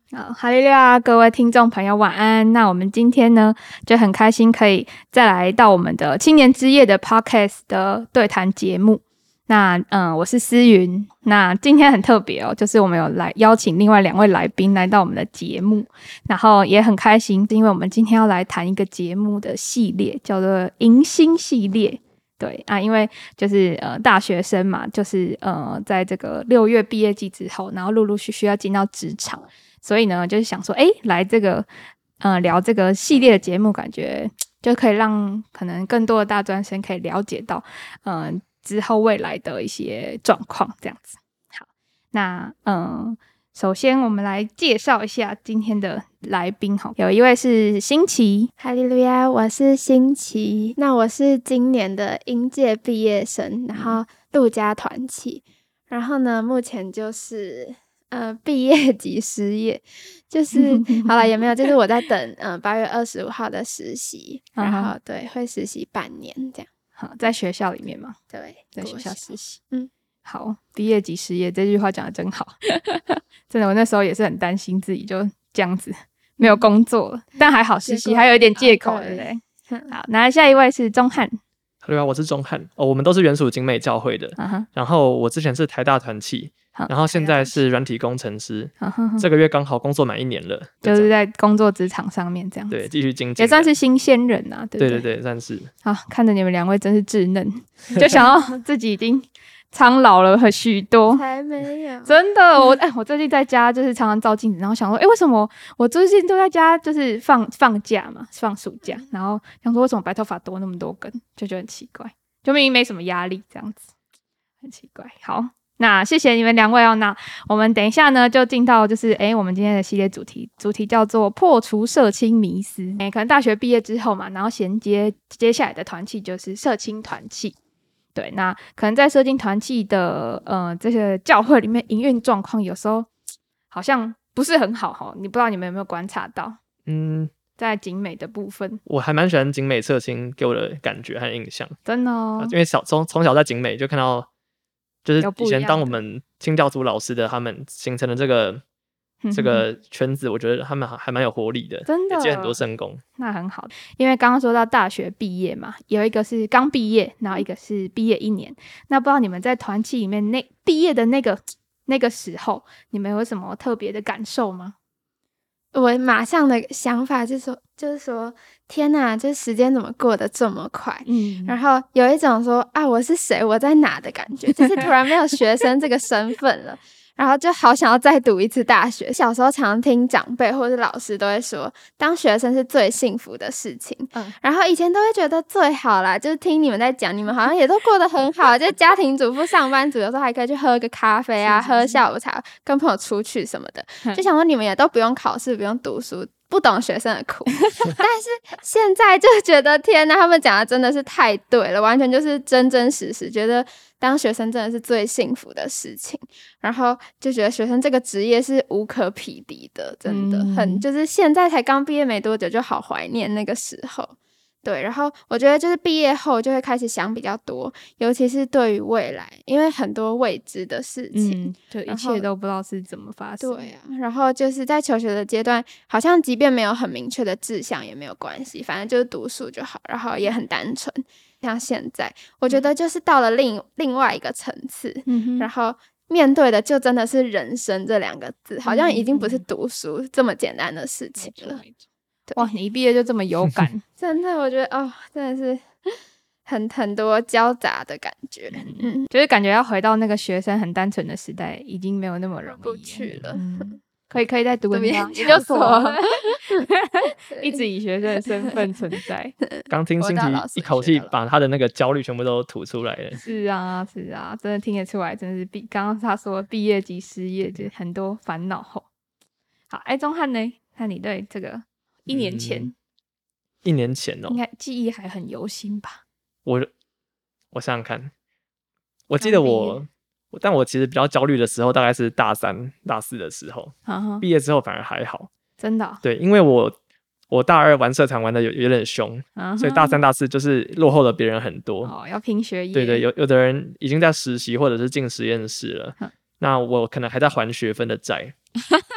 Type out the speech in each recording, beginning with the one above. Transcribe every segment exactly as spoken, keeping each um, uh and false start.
好，哈利路亚，各位听众朋友晚安。那我们今天呢就很开心可以再来到我们的青年之夜的 podcast 的对谈节目。那嗯，我是思云。那今天很特别哦，就是我们有来邀请另外两位来宾来到我们的节目，然后也很开心，因为我们今天要来谈一个节目的系列，叫做迎新系列。对啊，因为就是呃大学生嘛，就是呃在这个六月毕业季之后，然后陆陆续续要进到职场，所以呢就是想说，哎，来这个呃聊这个系列的节目，感觉就可以让可能更多的大专生可以了解到，嗯、呃、之后未来的一些状况，这样子。好，那嗯。呃首先我们来介绍一下今天的来宾，有一位是新奇。 哈利路亚，我是新奇。那我是今年的应届毕业生，然后陆家团契，然后呢目前就是呃毕业即失业，就是好了也没有，就是我在等呃八月二十五号的实习，然后对会实习半年这样。 好，在学校里面吗？ 对， 在学校实习。 嗯， 好，毕业即失业这句话讲得真好。真的，我那时候也是很担心自己就这样子没有工作了，但还好实习还有一点借口，对不对？好，那下一位是钟汉。 对啊，我是钟汉哦，我们都是原属景美教会的。Uh-huh. 然后我之前是台大团契，然后现在是软体工程师。Uh-huh. 这个月刚好工作满一年了， 就是在工作职场上面这样子。 对，继续精进， 也算是新鲜人啊，对不对？ 对对对，算是。 好，看着你们两位真是稚嫩，就想到自己已经苍老了很许多。 才没有， 真的，我哎、欸，我最近在家就是常常照镜子，然后想说，哎、欸，为什么我最近都在家就是放放假嘛，放暑假，然后想说为什么白头发多那么多根，就觉得很奇怪，就明明没什么压力，这样子很奇怪。好，那谢谢你们两位哦。那我们等一下呢，就进到就是哎、欸，我们今天的系列主题，主题叫做破除社青迷思。哎、欸，可能大学毕业之后嘛，然后衔接接下来的团契就是社青团契。对，那可能在社青团契的呃这些教会里面营运状况有时候好像不是很好齁，你不知道你们有没有观察到？嗯，在景美的部分， 我还蛮喜欢景美社青给我的感觉和印象， 真的哦， 因为小从从小在景美就看到，就是以前当我们清教组老师的他们形成的这个。这个圈子我觉得他们还蛮有活力的， 真的也接很多圣工， 那很好。因为刚刚说到大学毕业嘛，有一个是刚毕业，然后一个是毕业一年。那不知道你们在团契里面那毕业的那个那个时候，你们有什么特别的感受吗？ 我马上的想法就是说，就是说，天哪，这时间怎么过得这么快？嗯，然后有一种说啊，我是谁，我在哪的感觉，就是突然没有学生这个身份了。然后就好想要再读一次大学。小时候常听长辈或是老师都会说，当学生是最幸福的事情。嗯，然后以前都会觉得最好啦，就是听你们在讲，你们好像也都过得很好，就家庭主妇、上班族，有时候还可以去喝个咖啡啊，喝下午茶，跟朋友出去什么的。就想说你们也都不用考试，不用读书。不懂学生的苦，但是现在就觉得天哪，他们讲的真的是太对了，完全就是真真实实，觉得当学生真的是最幸福的事情，然后就觉得学生这个职业是无可匹敌的，真的、嗯、很就是现在才刚毕业没多久，就好怀念那个时候。对，然后我觉得就是毕业后就会开始想比较多，尤其是对于未来，因为很多未知的事情、 嗯、就一切都不知道是怎么发生。 对啊，然后就是在求学的阶段，好像即便没有很明确的志向也没有关系，反正就是读书就好，然后也很单纯。像现在我觉得就是到了另另外一个层次、嗯、然后面对的就真的是人生这两个字，好像已经不是读书这么简单的事情了。 嗯哇，你一毕业就这么有感， 真的，我觉得哦，真的是很很多交杂的感觉， 嗯，就是感觉要回到那个学生很单纯的时代，已经没有那么容易不去了。 嗯、可以可以再读个研究所，一直以学生的身份存在。 刚听新奇一口气把他的那个焦虑全部都吐出来了。 是啊是啊，真的听得出来，真的是毕刚刚他说毕业即失业，就很多烦恼后。好，哎，钟汉呢？那你对这个？一年前、嗯， 一年前哦， 应该记忆还很犹新吧？ 我我想想看，我记得我，但我其实比较焦虑的时候，大概是大三、大四的时候。Uh-huh. 毕业之后反而还好， 真的、哦？ 对，因为我我大二玩社团玩的有有点凶， uh-huh. 所以大三、大四就是落后了别人很多。 哦，要拼学业。 对对，有有的人已经在实习或者是进实验室了，uh-huh. 那我可能还在还学分的债。对。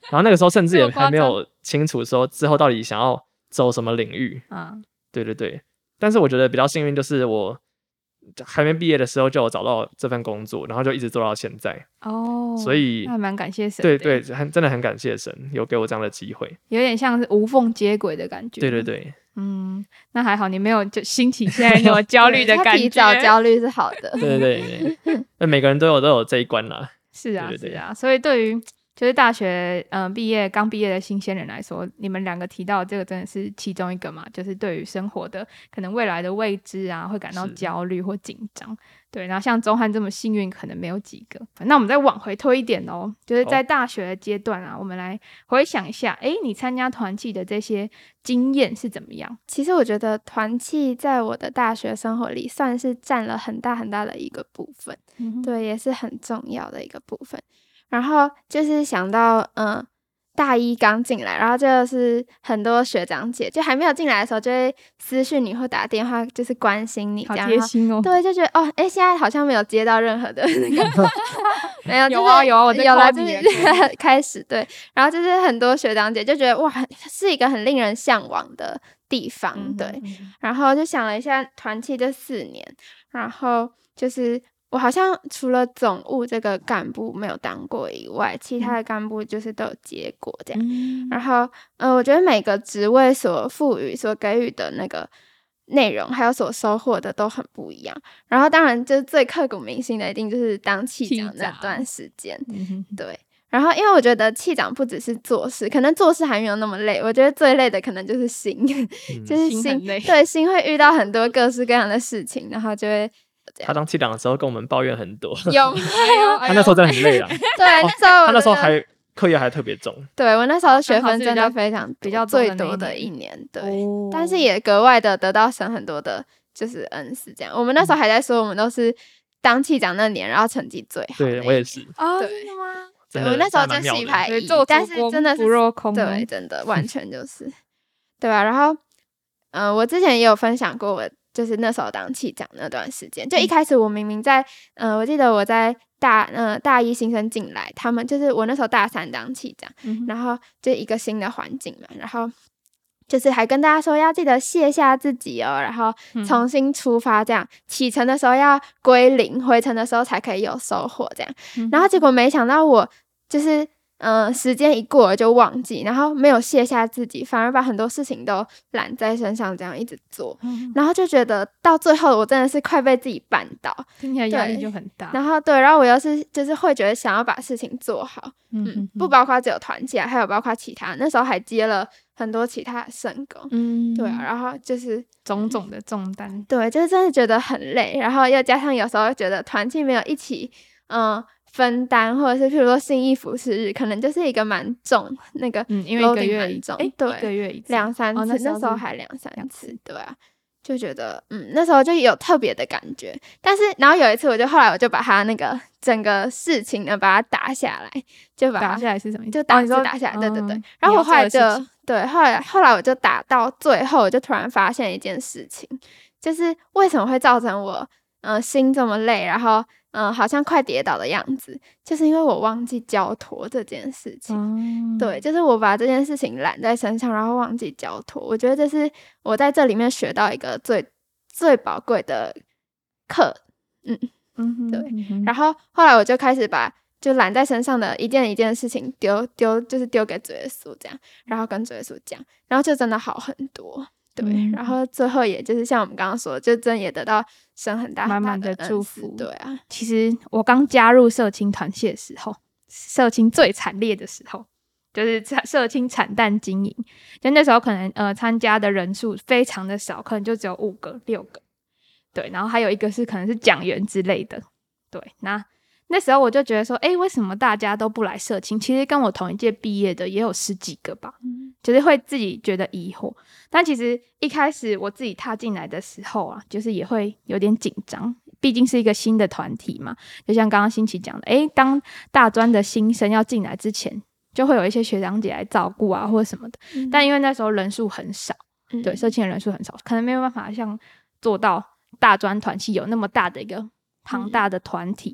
然后那个时候甚至也还没有清楚说之后到底想要走什么领域啊。对对对，但是我觉得比较幸运就是我还没毕业的时候就有找到这份工作，然后就一直做到现在哦，所以还蛮感谢神的。对对，很真的很感谢神有给我这样的机会， 有点像是无缝接轨的感觉。 对对对， 嗯，那还好你没有就兴起现在那种焦虑的感觉， 他提早焦虑是好的。 对对对对，每个人都有都有这一关啦。 是啊，对对对是啊，所以对于就是大学嗯毕业刚毕业的新鲜人来说，你们两个提到的这个真的是其中一个嘛，就是对于生活的可能未来的未知啊，会感到焦虑或紧张。对，然后像钟汉这么幸运，可能没有几个。那我们再往回推一点哦，就是在大学的阶段啊，我们来回想一下，哎，你参加团契的这些经验是怎么样？ 其实我觉得团契在我的大学生活里算是占了很大很大的一个部分，嗯、对，也是很重要的一个部分。然后就是想到，嗯，大一刚进来，然后就是很多学长姐就还没有进来的时候，就会私讯你或打电话，就是关心你，这样好贴心哦。 对，就觉得哦，哎，现在好像没有接到任何的那个，没有， 有啊有啊，我有了，就是开始对，然后就是很多学长姐就觉得哇，是一个很令人向往的地方，嗯、对。然后就想了一下，团契这四年，然后就是。我好像除了总务这个干部没有当过以外，其他的干部就是都有接过这样。嗯、然后，呃，我觉得每个职位所赋予、所给予的那个内容，还有所收获的都很不一样。然后，当然就是最刻骨铭心的，一定就是当气长那段时间。嗯、对。然后，因为我觉得气长不只是做事，可能做事还没有那么累。我觉得最累的可能就是心，嗯、就是心，心对心会遇到很多各式各样的事情，然后就会。 他当气长的时候跟我们抱怨很多， 有他那时候真的很累啊。 对，那时候、 哦、他那时候还课业还特别重。 对，我那时候学分真的非常比较最多的一年，对、哦，但是也格外的得到神很多的，就是恩赐这样。我们那时候还在说，我们都是当气长那年，然后成绩最好。 对我也是。 哦，真的吗？ 对，我那时候就系排一，但是真的是不落空， 对，真的完全就是对吧、啊？然后，嗯、呃，我之前也有分享过我。就是那时候当气长那段时间，就一开始我明明在，嗯、呃，我记得我在大，呃，大一新生进来，他们就是我那时候大三当气长、嗯，然后就一个新的环境嘛，然后就是还跟大家说要记得卸下自己哦，然后重新出发，这样、嗯、启程的时候要归零，回程的时候才可以有收获，这样、嗯，然后结果没想到我就是。嗯、呃，时间一过了就忘记，然后没有卸下自己，反而把很多事情都揽在身上，这样一直做、嗯，然后就觉得到最后我真的是快被自己绊倒， 听起来压力就很大。 然后对，然后我又是就是会觉得想要把事情做好，嗯，嗯不包括只有团契啊，还有包括其他，那时候还接了很多其他的圣工，嗯，对啊，然后就是种种的重担， 对，就是真的觉得很累，然后又加上有时候觉得团契没有一起，嗯。分担或者是譬如说信义服饰日，可能就是一个蛮重那个， 嗯，因为一个月一重， 对，一个月一次， 两三次，哦、那, 那时候还两三次，对啊，就觉得嗯，那时候就有特别的感觉。但是然后有一次，我就后来我就把他那个整个事情呢，把它打下来，就把它打下来是什么意思？ 就打字、哦、打下来，对对对。嗯、然后我后来就对，后来后来我就打到最后，我就突然发现一件事情，就是为什么会造成我嗯、呃、心这么累，然后。嗯，好像快跌倒的样子，就是因为我忘记交托这件事情、嗯。对，就是我把这件事情揽在身上，然后忘记交托。我觉得这是我在这里面学到一个最最宝贵的课。嗯嗯，对嗯。然后后来我就开始把就揽在身上的一件一件事情丢丢，就是丢给主耶稣这样，然后跟主耶稣讲，然后就真的好很多。对、嗯，然后最后也就是像我们刚刚说的，就真的也得到神很大满满的祝福。 对啊， 其实我刚加入社青团契的时候，社青最惨烈的时候，就是社青惨淡经营。就那时候可能呃参加的人数非常的少，可能就只有五个、六个。对，然后还有一个是可能是讲员之类的。对，那那时候我就觉得说，哎，为什么大家都不来社青？其实跟我同一届毕业的也有十几个吧，嗯、就是会自己觉得疑惑。但其实一开始我自己踏进来的时候啊，就是也会有点紧张，毕竟是一个新的团体嘛。就像刚刚欣琪讲的，哎，当大专的新生要进来之前，就会有一些学长姐来照顾啊，或者什么的。嗯、但因为那时候人数很少，嗯、对，社青的人数很少，可能没有办法像做到大专团契有那么大的一个庞大的团体。嗯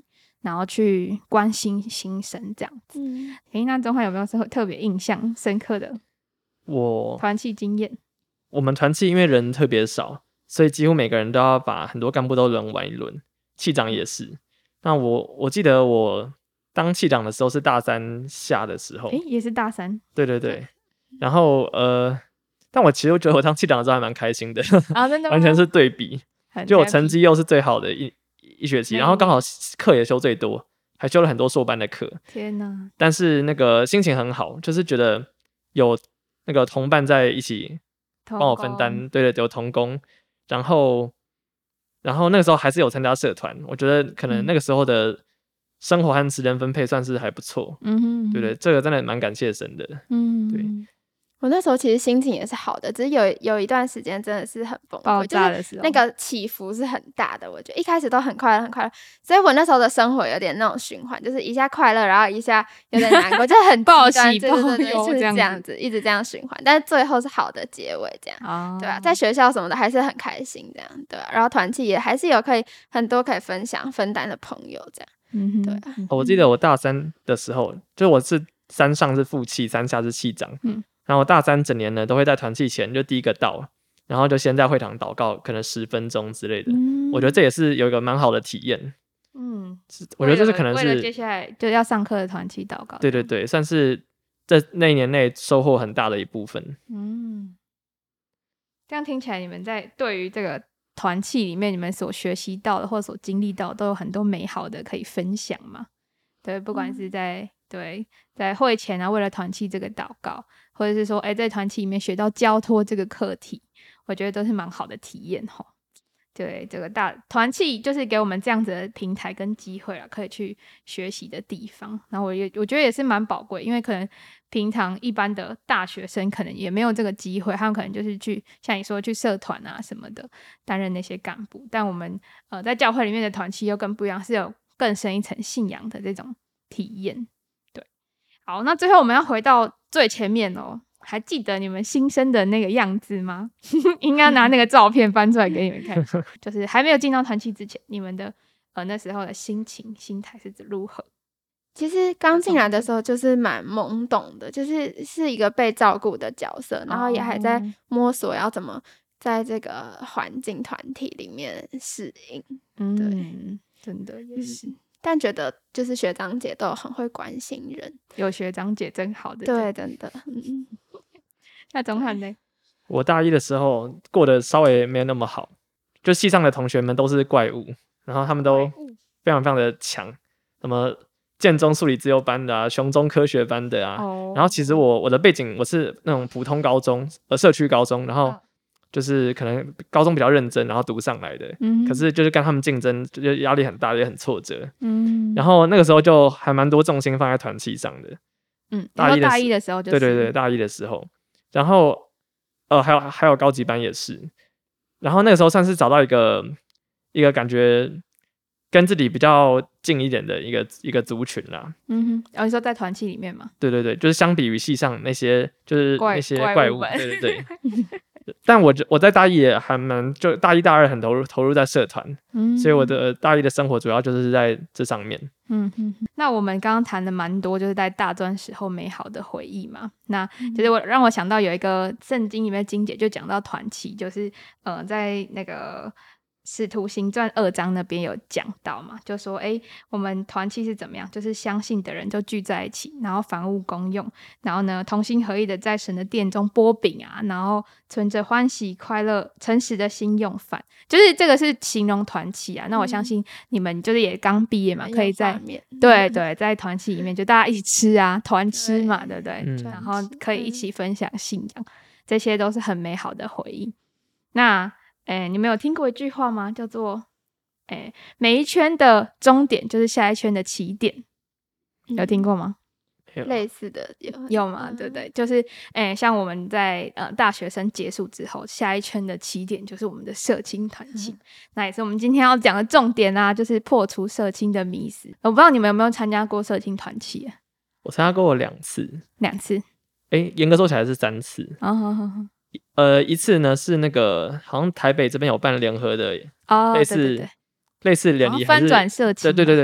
然后去关心新生这样子。嗯，诶，那中汉有没有特别印象深刻的我团契经验？ 我们团契因为人特别少，所以几乎每个人都要把很多干部都轮完一轮，气长也是。那我我记得我当气长的时候是大三下的时候， 诶，也是大三， 对对对。然后呃，但我其实觉得我当气长的时候还蛮开心的， 啊，真的吗？ 完全是对比，就我成绩又是最好的一一学期，然后刚好课也修最多，还修了很多硕班的课。 天哪！ 但是那个心情很好，就是觉得有那个同伴在一起帮我分担，对对，有同工，然后然后那个时候还是有参加社团，我觉得可能那个时候的生活和时间分配算是还不错，嗯哼，对对，这个真的蛮感谢神的，嗯，对。 我那时候其实心情也是好的，只是有有一段时间真的是很崩溃， 爆炸的时候， 就是那个起伏是很大的。我觉得一开始都很快乐，很快乐，所以我那时候的生活有点那种循环，就是一下快乐，然后一下有点难过，就很暴喜暴忧，就是这样子，一直这样循环。但是最后是好的结尾，这样，哦、对吧、啊？在学校什么的还是很开心，这样，对吧、啊？然后团契也还是有可以很多可以分享分担的朋友，这样，嗯，对、啊。 我记得我大三的时候，就是我是三上是副气，三下是气长，嗯。然后我大三整年呢，都会在团契前就第一个到，然后就先在会堂祷告，可能十分钟之类的。嗯、我觉得这也是有一个蛮好的体验。嗯，我觉得这是可能是为了接下来就要上课的团契祷告。 对对对，算是这那一年内收获很大的一部分。嗯， 这样听起来，你们在对于这个团契里面，你们所学习到的或者所经历到，都有很多美好的可以分享嘛？对，不管是在、嗯、对在会前啊，为了团契这个祷告。或者是说，哎、欸，在团契里面学到交托这个课题，我觉得都是蛮好的体验齁。对，这个大团契就是给我们这样子的平台跟机会啦，可以去学习的地方。然后我也我觉得也是蛮宝贵，因为可能平常一般的大学生可能也没有这个机会，他们可能就是去像你说去社团啊什么的担任那些干部。但我们呃在教会里面的团契又更不一样，是有更深一层信仰的这种体验。对，好，那最后我们要回到最前面哦，还记得你们新生的那个样子吗？应该拿那个照片翻出来给你们看，就是还没有进到团契之前，你们的呃那时候的心情、心态是如何？ 其实刚进来的时候就是蛮懵懂的，就是是一个被照顾的角色，然后也还在摸索要怎么在这个环境团体里面适应。嗯，对， 真的也是。嗯， 但觉得就是学长姐都很会关心人， 有学长姐真好的， 对，真的。嗯， 那中汉呢？ 我大一的时候过得稍微没有那么好，就系上的同学们都是怪物，然后他们都非常非常的强，什么建中数理自由班的啊，雄中科学班的啊。哦、然后其实我我的背景我是那种普通高中，呃，社区高中，然后。就是可能高中比较认真，然后读上来的，嗯、可是就是跟他们竞争，就压力很大，也很挫折。嗯，然后那个时候就还蛮多重心放在团契上的。 嗯，大一的大一的时候、就是， 对对对，大一的时候，然后呃还有还有高级班也是，然后那个时候算是找到一个一个感觉跟自己比较近一点的一个一个族群啦。 嗯哼，然后你说在团契里面嘛？ 对对对，就是相比于系上那些就是那些怪物，怪对对对。但我我在大一也还蛮，就大一大二很投入投入在社团，嗯，所以我的大一的生活主要就是在这上面。 嗯哼，那我们刚刚谈的蛮多，就是在大专时候美好的回忆嘛。那其实我让我想到有一个圣经里面的经节就讲到团契，就是呃在那个使徒行传二章那边有讲到嘛，就说哎，我们团契是怎么样，就是相信的人就聚在一起，然后房屋公用，然后呢同心合意的在神的殿中擘饼啊，然后存着欢喜快乐诚实的心用饭，就是这个是形容团契啊。那我相信你们就是也刚毕业嘛，可以在对对在团契里面就大家一起吃啊，团吃嘛， 对, 对不对、嗯、然后可以一起分享信仰，这些都是很美好的回忆。那哎，你们有听过一句话吗？叫做哎，每一圈的终点就是下一圈的起点，有听过吗？ 嗯、类似的有有吗？对不对？就是哎，像我们在呃大学生结束之后，下一圈的起点就是我们的社青团契、嗯，那也是我们今天要讲的重点啊，就是破除社青的迷思。我不知道你们有没有参加过社青团契、啊？ 我参加过两次， 两次。 哎，严格说起来是三次。 哦，好好好。 呃，一次呢是那个好像台北这边有办联合的，哦，类似对对对类似联谊、哦、 翻转社青， 对对对对，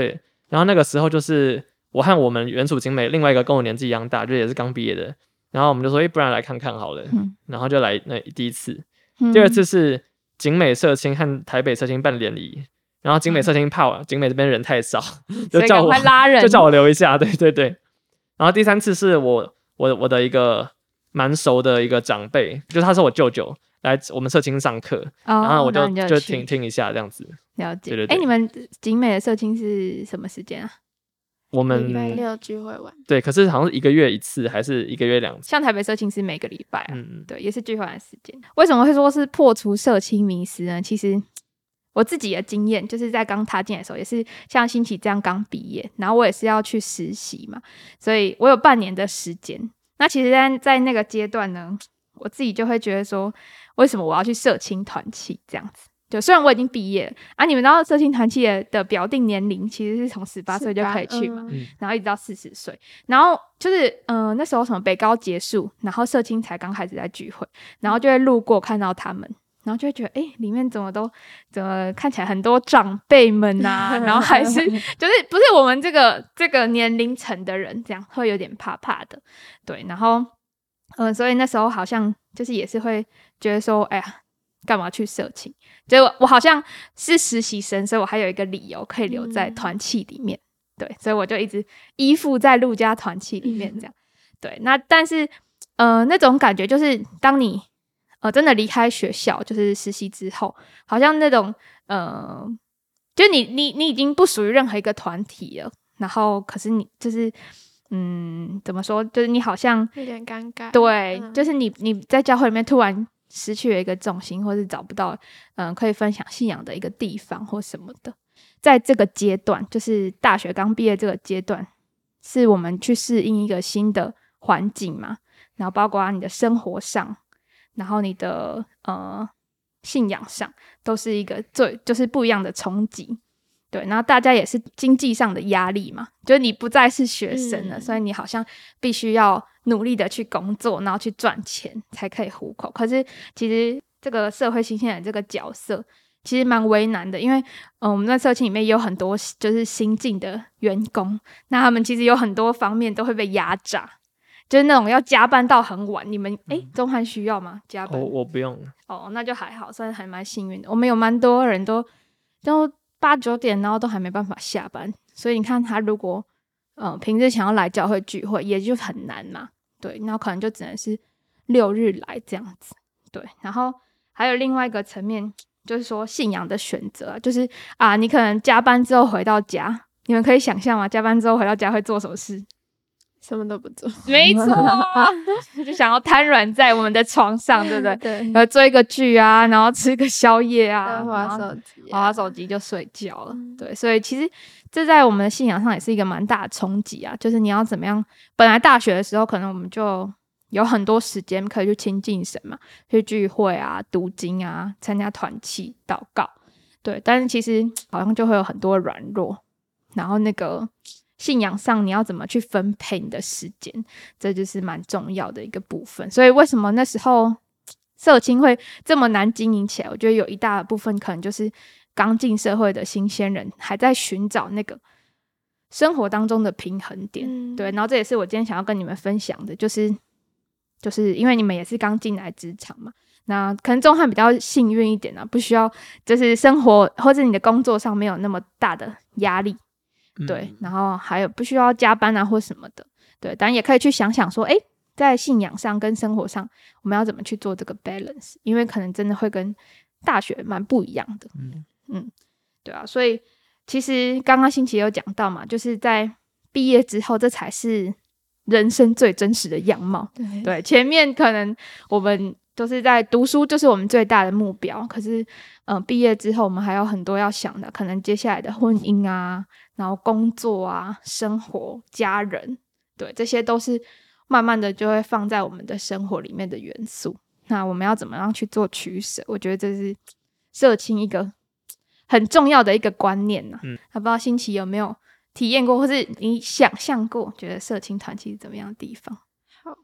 然后那个时候就是我和我们原属景美另外一个跟我年纪一样大，就也是刚毕业的，然后我们就说，哎、欸，不然来看看好了，嗯、然后就来那第一次，嗯、第二次是景美社青和台北社青办联谊，然后景美社青怕我景美这边人太少，就叫我拉人， 就叫我留一下，对对对。然后第三次是我我我的一个蛮熟的一个长辈，就是他是我舅舅。来我们社青上课，哦、然后我就就, 就听听一下这样子。 了解。 对对对。 哎，你们景美的社青是什么时间啊？ 我们礼拜六聚会完。 对，可是好像是一个月一次，还是一个月两次？ 像台北社青是每个礼拜啊，嗯、对，也是聚会完的时间。为什么会说是破除社青迷思呢？其实我自己的经验就是在刚踏进来的时候，也是像新奇这样刚毕业，然后我也是要去实习嘛，所以我有半年的时间。那其实在，在那个阶段呢，我自己就会觉得说，为什么我要去社青团契这样子？就虽然我已经毕业了啊，你们知道社青团契的表定年龄其实是从十八岁就可以去嘛，嗯、然后一直到四十岁，然后就是呃那时候什么北高结束，然后社青才刚开始在聚会，然后就会路过看到他们，然后就会觉得哎、欸，里面怎么都怎么看起来很多长辈们啊，然后还是就是不是我们这个这个年龄层的人，这样会有点怕怕的，对，然后嗯、呃，所以那时候好像就是也是会觉得说，哎呀。干嘛去社青？就我好像是实习生，所以我还有一个理由可以留在团契里面、嗯、对，所以我就一直依附在陆家团契里面这样、嗯、对，那但是呃那种感觉就是当你呃真的离开学校就是实习之后，好像那种呃就你你你已经不属于任何一个团体了，然后可是你就是嗯怎么说，就是你好像有点尴尬， 对、 嗯、 就是你你在教会里面突然失去了一个重心，或是找不到嗯可以分享信仰的一个地方或什么的。在这个阶段，就是大学刚毕业这个阶段，是我们去适应一个新的环境嘛，然后包括你的生活上，然后你的呃信仰上，都是一个最就是不一样的冲击。对，然后大家也是经济上的压力嘛，就是你不再是学生了、嗯、所以你好像必须要努力的去工作，然后去赚钱才可以糊口。可是其实这个社会新鲜人这个角色其实蛮为难的，因为嗯、呃，我们在社青里面也有很多就是新进的员工，那他们其实有很多方面都会被压榨，就是那种要加班到很晚。你们诶中汉需要吗？加班？ 哦，我不用。 哦，那就还好，算是还蛮幸运的。我们有蛮多人都都八九点，然后都还没办法下班，所以你看他如果嗯、呃、平时想要来教会聚会，也就很难嘛。对，然后可能就只能是六日来这样子。对，然后还有另外一个层面，就是说信仰的选择，就是啊，你可能加班之后回到家，你们可以想象吗？加班之后回到家会做什么事？ 什么都不做， 没错，就想要瘫软在我们的床上，对不对？ 对， 然后追个剧啊，然后吃个宵夜啊， 滑手机、啊， 滑手机就睡觉了。嗯、对，所以其实这在我们的信仰上也是一个蛮大的冲击啊。就是你要怎么样？本来大学的时候，可能我们就有很多时间可以去亲近神嘛，去聚会啊、读经啊、参加团契、祷告。对，但是其实好像就会有很多软弱，然后那个。信仰上你要怎么去分配你的时间，这就是蛮重要的一个部分。所以为什么那时候社青会这么难经营起来，我觉得有一大部分可能就是刚进社会的新鲜人还在寻找那个生活当中的平衡点、嗯、对，然后这也是我今天想要跟你们分享的，就是就是因为你们也是刚进来职场嘛，那可能中汉比较幸运一点啊，不需要就是生活或者你的工作上没有那么大的压力，对，然后还有不需要加班啊或什么的，对，当然也可以去想想说，诶，在信仰上跟生活上我们要怎么去做这个 balance， 因为可能真的会跟大学蛮不一样的。嗯嗯，对啊，所以其实刚刚新奇有讲到嘛，就是在毕业之后，这才是人生最真实的样貌。 对, 对，前面可能我们都是在读书，就是我们最大的目标，可是嗯，毕业之后我们还有很多要想的，可能接下来的婚姻啊，然后工作啊，生活，家人，对，这些都是慢慢的就会放在我们的生活里面的元素。那我们要怎么样去做取舍？我觉得这是社青一个很重要的一个观念啊。嗯，不知道新奇有没有体验过，或是你想象过，觉得社青团契是怎么样的地方？ 好，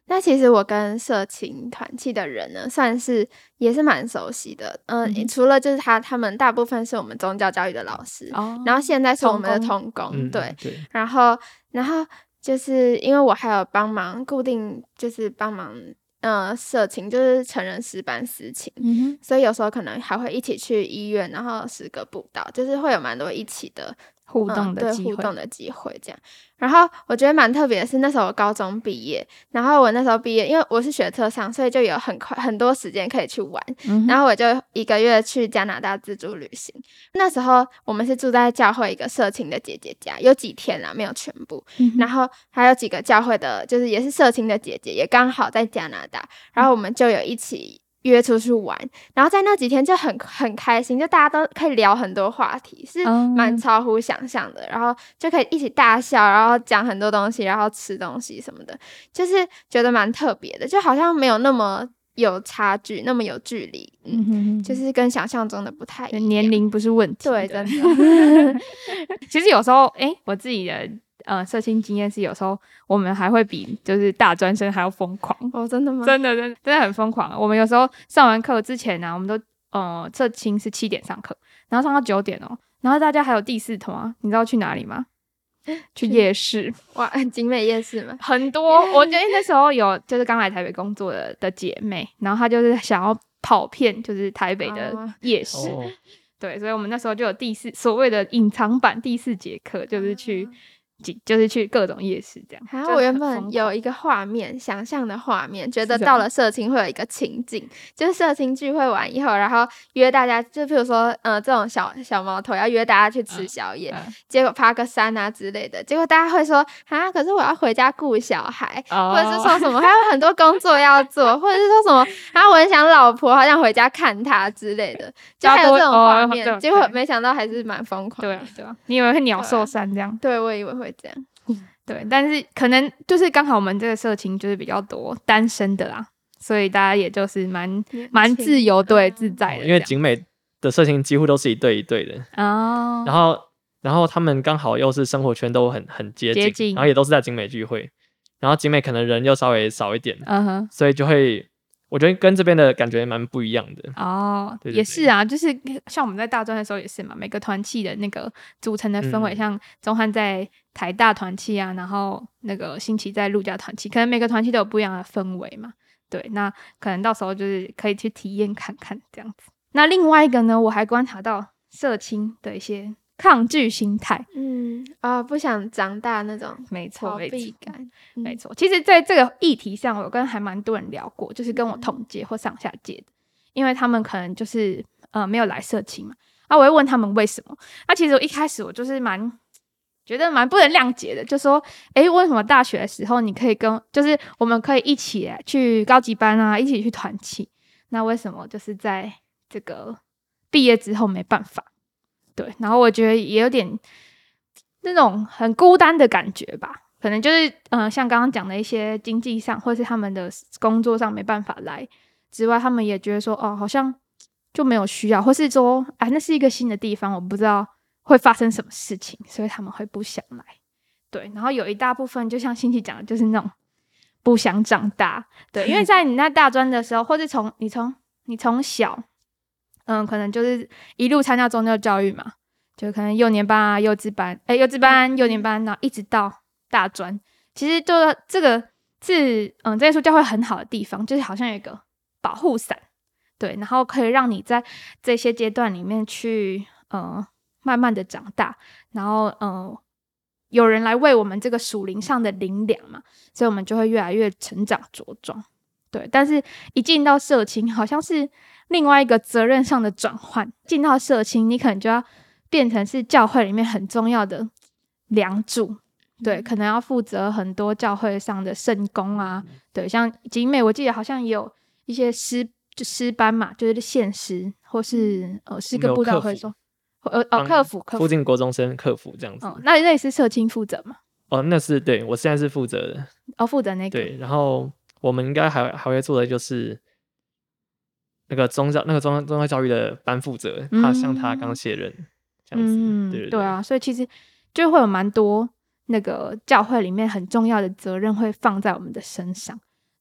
那其实我跟社青团契的人呢，算是也是蛮熟悉的。呃、嗯，除了就是他他们大部分是我们宗教教育的老师，哦、然后现在是我们的同工， 嗯、 对, 对。 然后然后就是因为我还有帮忙固定，就是帮忙呃社青，就是成人诗班司琴，嗯，所以有时候可能还会一起去医院，然后诗歌布道，就是会有蛮多一起的。 互动的机会、 嗯、对互动的机会这样。然后我觉得蛮特别的是，那时候我高中毕业，然后我那时候毕业，因为我是学测上，所以就有很快很多时间可以去玩、嗯、然后我就一个月去加拿大自助旅行。那时候我们是住在教会一个社青的姐姐家，有几天啦，没有全部、嗯、然后还有几个教会的就是也是社青的姐姐也刚好在加拿大，然后我们就有一起约出去玩，然后在那几天就很很开心，就大家都可以聊很多话题，是蛮超乎想象的、嗯、然后就可以一起大笑，然后讲很多东西，然后吃东西什么的，就是觉得蛮特别的，就好像没有那么有差距，那么有距离、嗯嗯、就是跟想象中的不太一样， 年龄不是问题， 对，真的其实有时候哎，我自己的呃，社青经验是有时候我们还会比就是大专生还要疯狂哦，真的吗？ 真的真的真的很疯狂。我们有时候上完课之前呢、啊，我们都呃社青是七点上课，然后上到九点哦，然后大家还有第四团啊，你知道去哪里吗？去夜市。 哇，景美夜市吗？ 很多，我觉得那时候有就是刚来台北工作 的, 的姐妹，然后她就是想要跑遍就是台北的夜市、哦、对，所以我们那时候就有第四所谓的隐藏版第四节课，就是去、哦就是去各种夜市这样。 然后我原本有一个画面，想象的画面，觉得到了社青会有一个情景，就是社青聚会完以后，然后约大家，就譬如说，呃，这种小小毛头要约大家去吃宵夜，嗯嗯、结果爬个山啊之类的，结果大家会说，啊，可是我要回家顾小孩，哦、或者是说什么还有很多工作要做，或者是说什么，然后我很想老婆，好想回家看她之类的，就还有这种画面、哦，结果没想到还是蛮疯狂的。 对啊，对啊，你以为会鸟兽散这样？ 对，我以为会。这样对，但是可能就是刚好我们这个社青就是比较多单身的啦，所以大家也就是蛮蛮自由对、嗯、自在的。 因为景美的社青几乎都是一对一对的哦，然后然后他们刚好又是生活圈都很很接近，接近然后也都是在景美聚会，然后景美可能人又稍微少一点，嗯哼，所以就会。我觉得跟这边的感觉蛮不一样的哦，对对对，也是啊，就是像我们在大专的时候也是嘛，每个团契的那个组成的氛围、嗯，像中汉在台大团契啊，然后那个新奇在陆家团契，可能每个团契都有不一样的氛围嘛。对，那可能到时候就是可以去体验看看这样子。那另外一个呢，我还观察到社青的一些抗拒心态， 嗯啊、哦，不想长大那种， 没错， 逃避感， 嗯、没错。其实，在这个议题上，我跟还蛮多人聊过，就是跟我同届或上下届的，因为他们可能就是呃没有来社青嘛，啊，我会问他们为什么。那、啊、其实我一开始我就是蛮觉得蛮不能谅解的，就说，哎，为什么大学的时候你可以跟，就是我们可以一起去高级班啊，一起去团契，那为什么就是在这个毕业之后没办法？对，然后我觉得也有点那种很孤单的感觉吧，可能就是呃，像刚刚讲的一些经济上或是他们的工作上没办法来之外，他们也觉得说哦，好像就没有需要，或是说啊，那是一个新的地方，我不知道会发生什么事情，所以他们会不想来。对，然后有一大部分就像欣琪讲的，就是那种不想长大。对，因为在你那大专的时候，或是从你从你从小。嗯，可能就是一路参加宗教教育嘛，就可能幼年班啊、幼稚班，哎，幼稚班、幼年班，然后一直到大专。其实就这个是嗯，这些书教会很好的地方，就是好像有一个保护伞，对，然后可以让你在这些阶段里面去呃慢慢的长大，然后嗯、呃，有人来为我们这个属灵上的灵粮嘛，所以我们就会越来越成长茁壮。对，但是一进到社青，好像是另外一个责任上的转换。进到社青，你可能就要变成是教会里面很重要的梁柱，对，可能要负责很多教会上的圣工啊，对，像景美，我记得好像也有一些诗就诗班嘛，就是献诗或是呃诗歌布道会说，呃哦客服客服， 附近国中生客服这样子。 哦，那那也是社青负责吗？ 哦，那是对，我现在是负责的。 哦，负责那个。 对，然后。我们应该还还会做的就是那个宗教那个宗宗教教育的班负责，嗯、他像他刚卸任这样子，嗯、对, 对, 对对啊，所以其实就会有蛮多那个教会里面很重要的责任会放在我们的身上，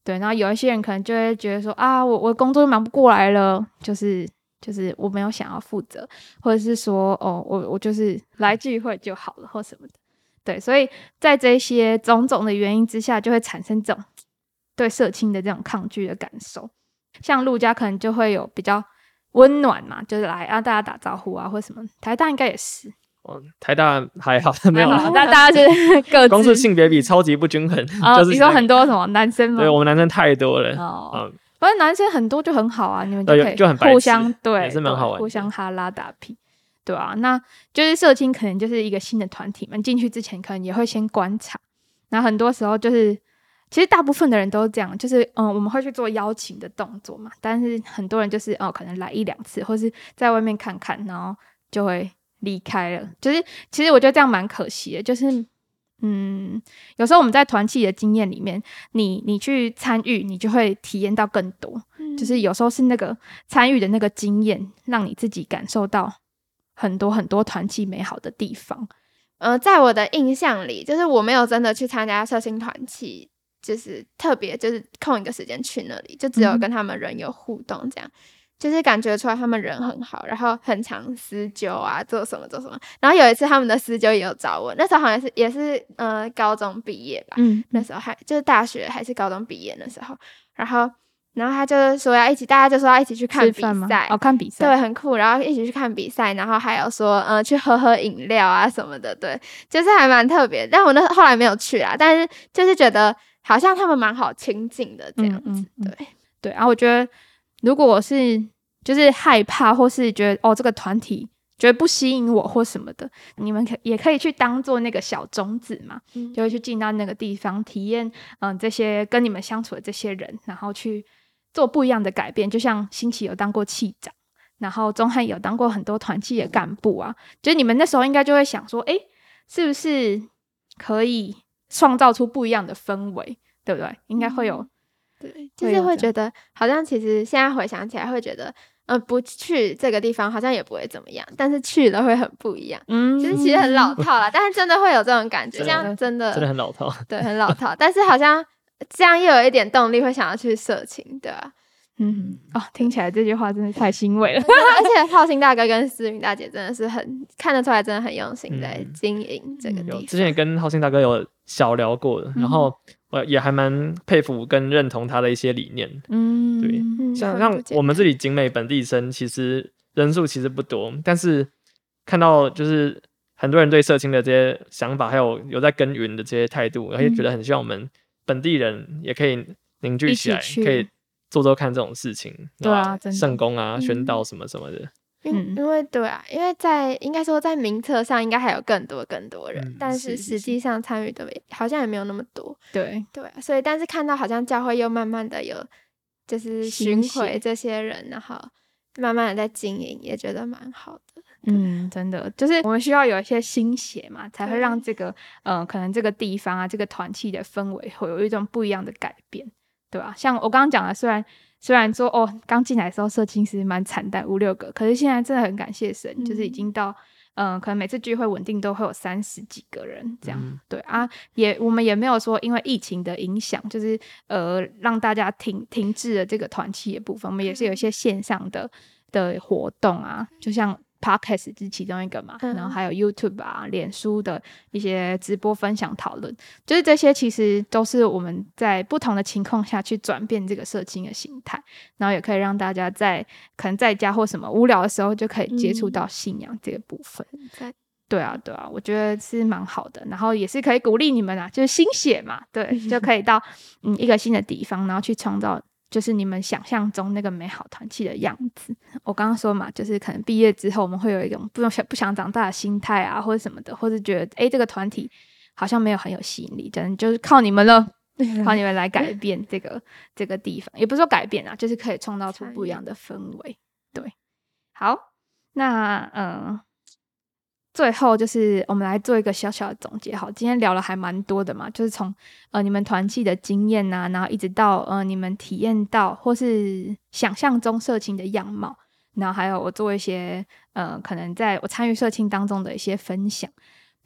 对，然后有一些人可能就会觉得说啊，我我工作忙不过来了，就是就是我没有想要负责，或者是说哦，我我就是来聚会就好了或什么的。对，所以在这些种种的原因之下，就会产生这种对社青的这种抗拒的感受。像陆家可能就会有比较温暖嘛，就是来让大家打招呼啊或什么。台大应该也是。 哦，台大还好，没有， 但大家是各自， 光是性别比超级不均衡。 哦、 就是你说很多什么男生吗？ 对，我们男生太多了。 哦， 嗯， 不是男生很多就很好啊，你们就可以就很互相对， 也是蛮好玩的， 互相哈拉打屁，对啊，那就是社青可能就是一个新的团体嘛，进去之前可能也会先观察，然后很多时候就是其实大部分的人都是这样，就是嗯，我们会去做邀请的动作嘛，但是很多人就是哦，可能来一两次，或是在外面看看，然后就会离开了。就是其实我觉得这样蛮可惜的，就是嗯，有时候我们在团契的经验里面，你你去参与，你就会体验到更多。嗯，就是有时候是那个参与的那个经验，让你自己感受到很多很多团契美好的地方。 呃，在我的印象里，就是我没有真的去参加社青团契，就是特别就是空一个时间去那里，就只有跟他们人有互动这样。嗯，就是感觉出来他们人很好，然后很常私揪啊，做什么做什么。然后有一次他们的私揪也有找我，那时候好像是也是呃高中毕业吧，嗯，那时候还就是大学还是高中毕业那时候，然后然后他就说要一起，大家就说要一起去看比赛， 哦，看比赛， 对，很酷，然后一起去看比赛，然后还有说呃去喝喝饮料啊什么的，对，就是还蛮特别。但我那后来没有去啦，但是就是觉得好像他们蛮好亲近的这样子，嗯嗯嗯，对对。然后我觉得如果我是就是害怕或是觉得哦这个团体觉得不吸引我或什么的，你们可也可以去当做那个小种子嘛，嗯，就会去进到那个地方体验嗯这些跟你们相处的这些人，然后去做不一样的改变。就像新奇有当过气长，然后钟汉有当过很多团契的干部啊，就是你们那时候应该就会想说，诶，是不是可以创造出不一样的氛围，对不对？应该会有、嗯、 对，就是会觉得好像其实现在回想起来会觉得呃，不去这个地方好像也不会怎么样，但是去了会很不一样。嗯，就是其实很老套啦，但是真的会有这种感觉，这样真的真的很老套， 对，很老套。但是好像这样又有一点动力，会想要去社青，对啊。 嗯，哦，听起来这句话真的太欣慰了。 而且浩鑫大哥跟思云大姐真的是很看得出来，真的很用心在经营这个地方。 嗯、之前也跟浩鑫大哥有小聊过的，嗯、然后我也还蛮佩服跟认同他的一些理念。嗯，对，嗯、像像我们这里景美本地生，其实人数其实不多，但是看到就是很多人对社青的这些想法，还有有在耕耘的这些态度，而且觉得很希望我们本地人也可以凝聚起来， 起可以做做看这种事情。 对啊，真的圣公啊、宣道什么什么的。 嗯，因为对啊，因为在应该说在名册上应该还有更多更多人，嗯、但是实际上参与的好像也没有那么多。 对对、啊，所以但是看到好像教会又慢慢的有就是巡回这些人，然后慢慢的在经营，也觉得蛮好的。 嗯，真的就是我们需要有一些新血嘛，才会让这个嗯、呃，可能这个地方啊，这个团契的氛围会有一种不一样的改变，对吧、啊？像我刚刚讲的，虽然。虽然说哦，刚进来的时候社青是蛮惨淡，五六个，可是现在真的很感谢神，嗯、就是已经到嗯、呃，可能每次聚会稳定都会有三十几个人这样，嗯、对啊，也我们也没有说因为疫情的影响，就是呃让大家停停滞了这个团契的部分，我们也是有一些线上的的活动啊，就像。Podcast 是其中一个嘛，嗯、然后还有 YouTube 啊、脸书的一些直播分享讨论，就是这些其实都是我们在不同的情况下去转变这个社青的形态，然后也可以让大家在可能在家或什么无聊的时候就可以接触到信仰这个部分。嗯、对啊，对啊，我觉得是蛮好的，然后也是可以鼓励你们啊，就是新血嘛，对，就可以到嗯一个新的地方，然后去创造。就是你们想象中那个美好团契的样子。我刚刚说嘛，就是可能毕业之后我们会有一种不想不想长大的心态啊，或者什么的，或者觉得诶这个团体好像没有很有吸引力，真的就是靠你们了，靠你们来改变这个这个地方，也不是说改变啊，就是可以创造出不一样的氛围。对，好，那嗯。最后就是我们来做一个小小的总结。好，今天聊了还蛮多的嘛，就是从呃你们团契的经验啊，然后一直到呃你们体验到或是想象中社青的样貌，然后还有我做一些呃可能在我参与社青当中的一些分享。不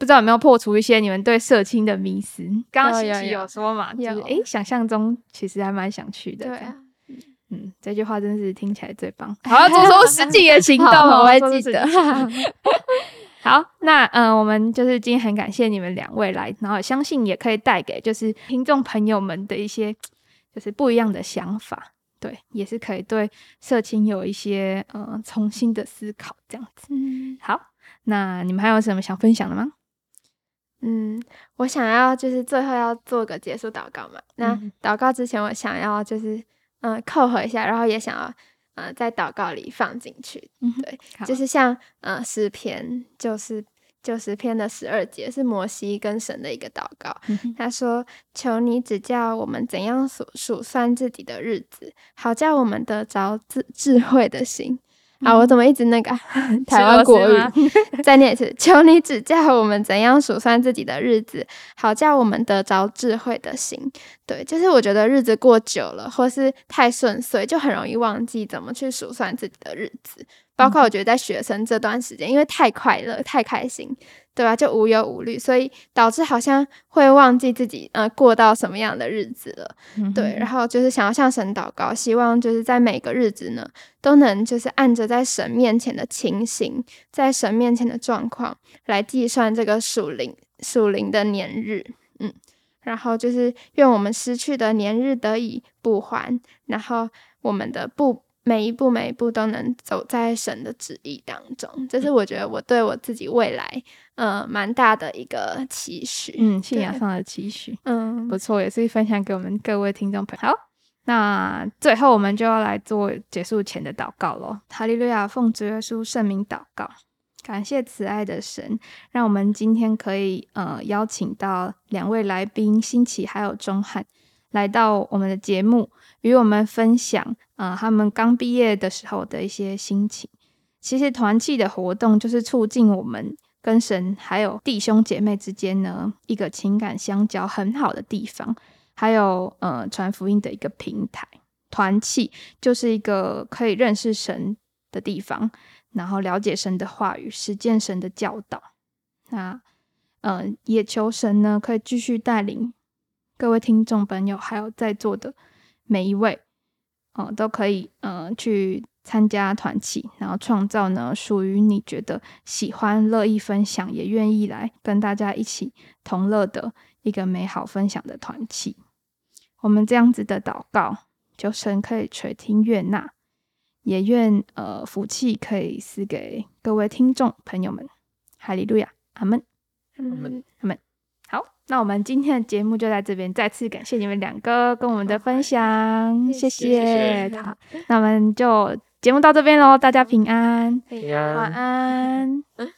不知道有没有破除一些你们对社青的迷思？刚刚琪琪有说嘛，就是哎，想象中其实还蛮想去的。 对啊， 嗯，这句话真是听起来最棒。好，要做出实际的行动， 我会记得。 好，那嗯、呃，我们就是今天很感谢你们两位来，然后相信也可以带给就是听众朋友们的一些就是不一样的想法。对，也是可以对社青有一些呃重新的思考，这样子。嗯，好，那你们还有什么想分享的吗？ 嗯，我想要就是最后要做个结束祷告嘛。那祷告之前，我想要就是嗯、呃、扣合一下，然后也想要呃在祷告里放进去。嗯、对，就是像呃诗篇就是九十篇的十二节是摩西跟神的一个祷告。嗯、他说：“求你指教我们怎样数数算自己的日子，好叫我们得着智智慧的心。”啊，我怎么一直那个台湾国语？再念一次，求你指教我们怎样数算自己的日子，好叫我们得着智慧的心。对，就是我觉得日子过久了，或是太顺遂，就很容易忘记怎么去数算自己的日子。包括我觉得在学生这段时间，因为太快乐、太开心，对吧？就无忧无虑，所以导致好像会忘记自己呃过到什么样的日子了。嗯、对，然后就是想要向神祷告，希望就是在每个日子呢，都能就是按着在神面前的情形，在神面前的状况来计算这个属灵属灵的年日。嗯，然后就是愿我们失去的年日得以补还，然后我们的步。每一步每一步都能走在神的旨意当中，这是我觉得我对我自己未来呃蛮大的一个期许， 嗯，信仰上的期许，嗯，不错，也是分享给我们各位听众朋友。好，那最后我们就要来做结束前的祷告咯。哈利路亚，奉主耶稣圣名祷告，感谢慈爱的神，让我们今天可以呃邀请到两位来宾新奇还有钟汉来到我们的节目，与我们分享呃他们刚毕业的时候的一些心情。其实团契的活动就是促进我们跟神还有弟兄姐妹之间呢一个情感相交很好的地方，还有呃传福音的一个平台。团契就是一个可以认识神的地方，然后了解神的话语，实践神的教导。那呃也求神呢可以继续带领各位听众朋友还有在座的每一位、呃、都可以呃去参加团契，然后创造呢属于你觉得喜欢乐意分享也愿意来跟大家一起同乐的一个美好分享的团契。我们这样子的祷告求神可以垂听悦纳，也愿呃福气可以赐给各位听众朋友们。哈利路亚，阿们， 阿们， 阿们。好，那我们今天的节目就在这边，再次感谢你们两个跟我们的分享，谢谢。好，那我们就节目到这边咯，大家平安， 平安， 晚安。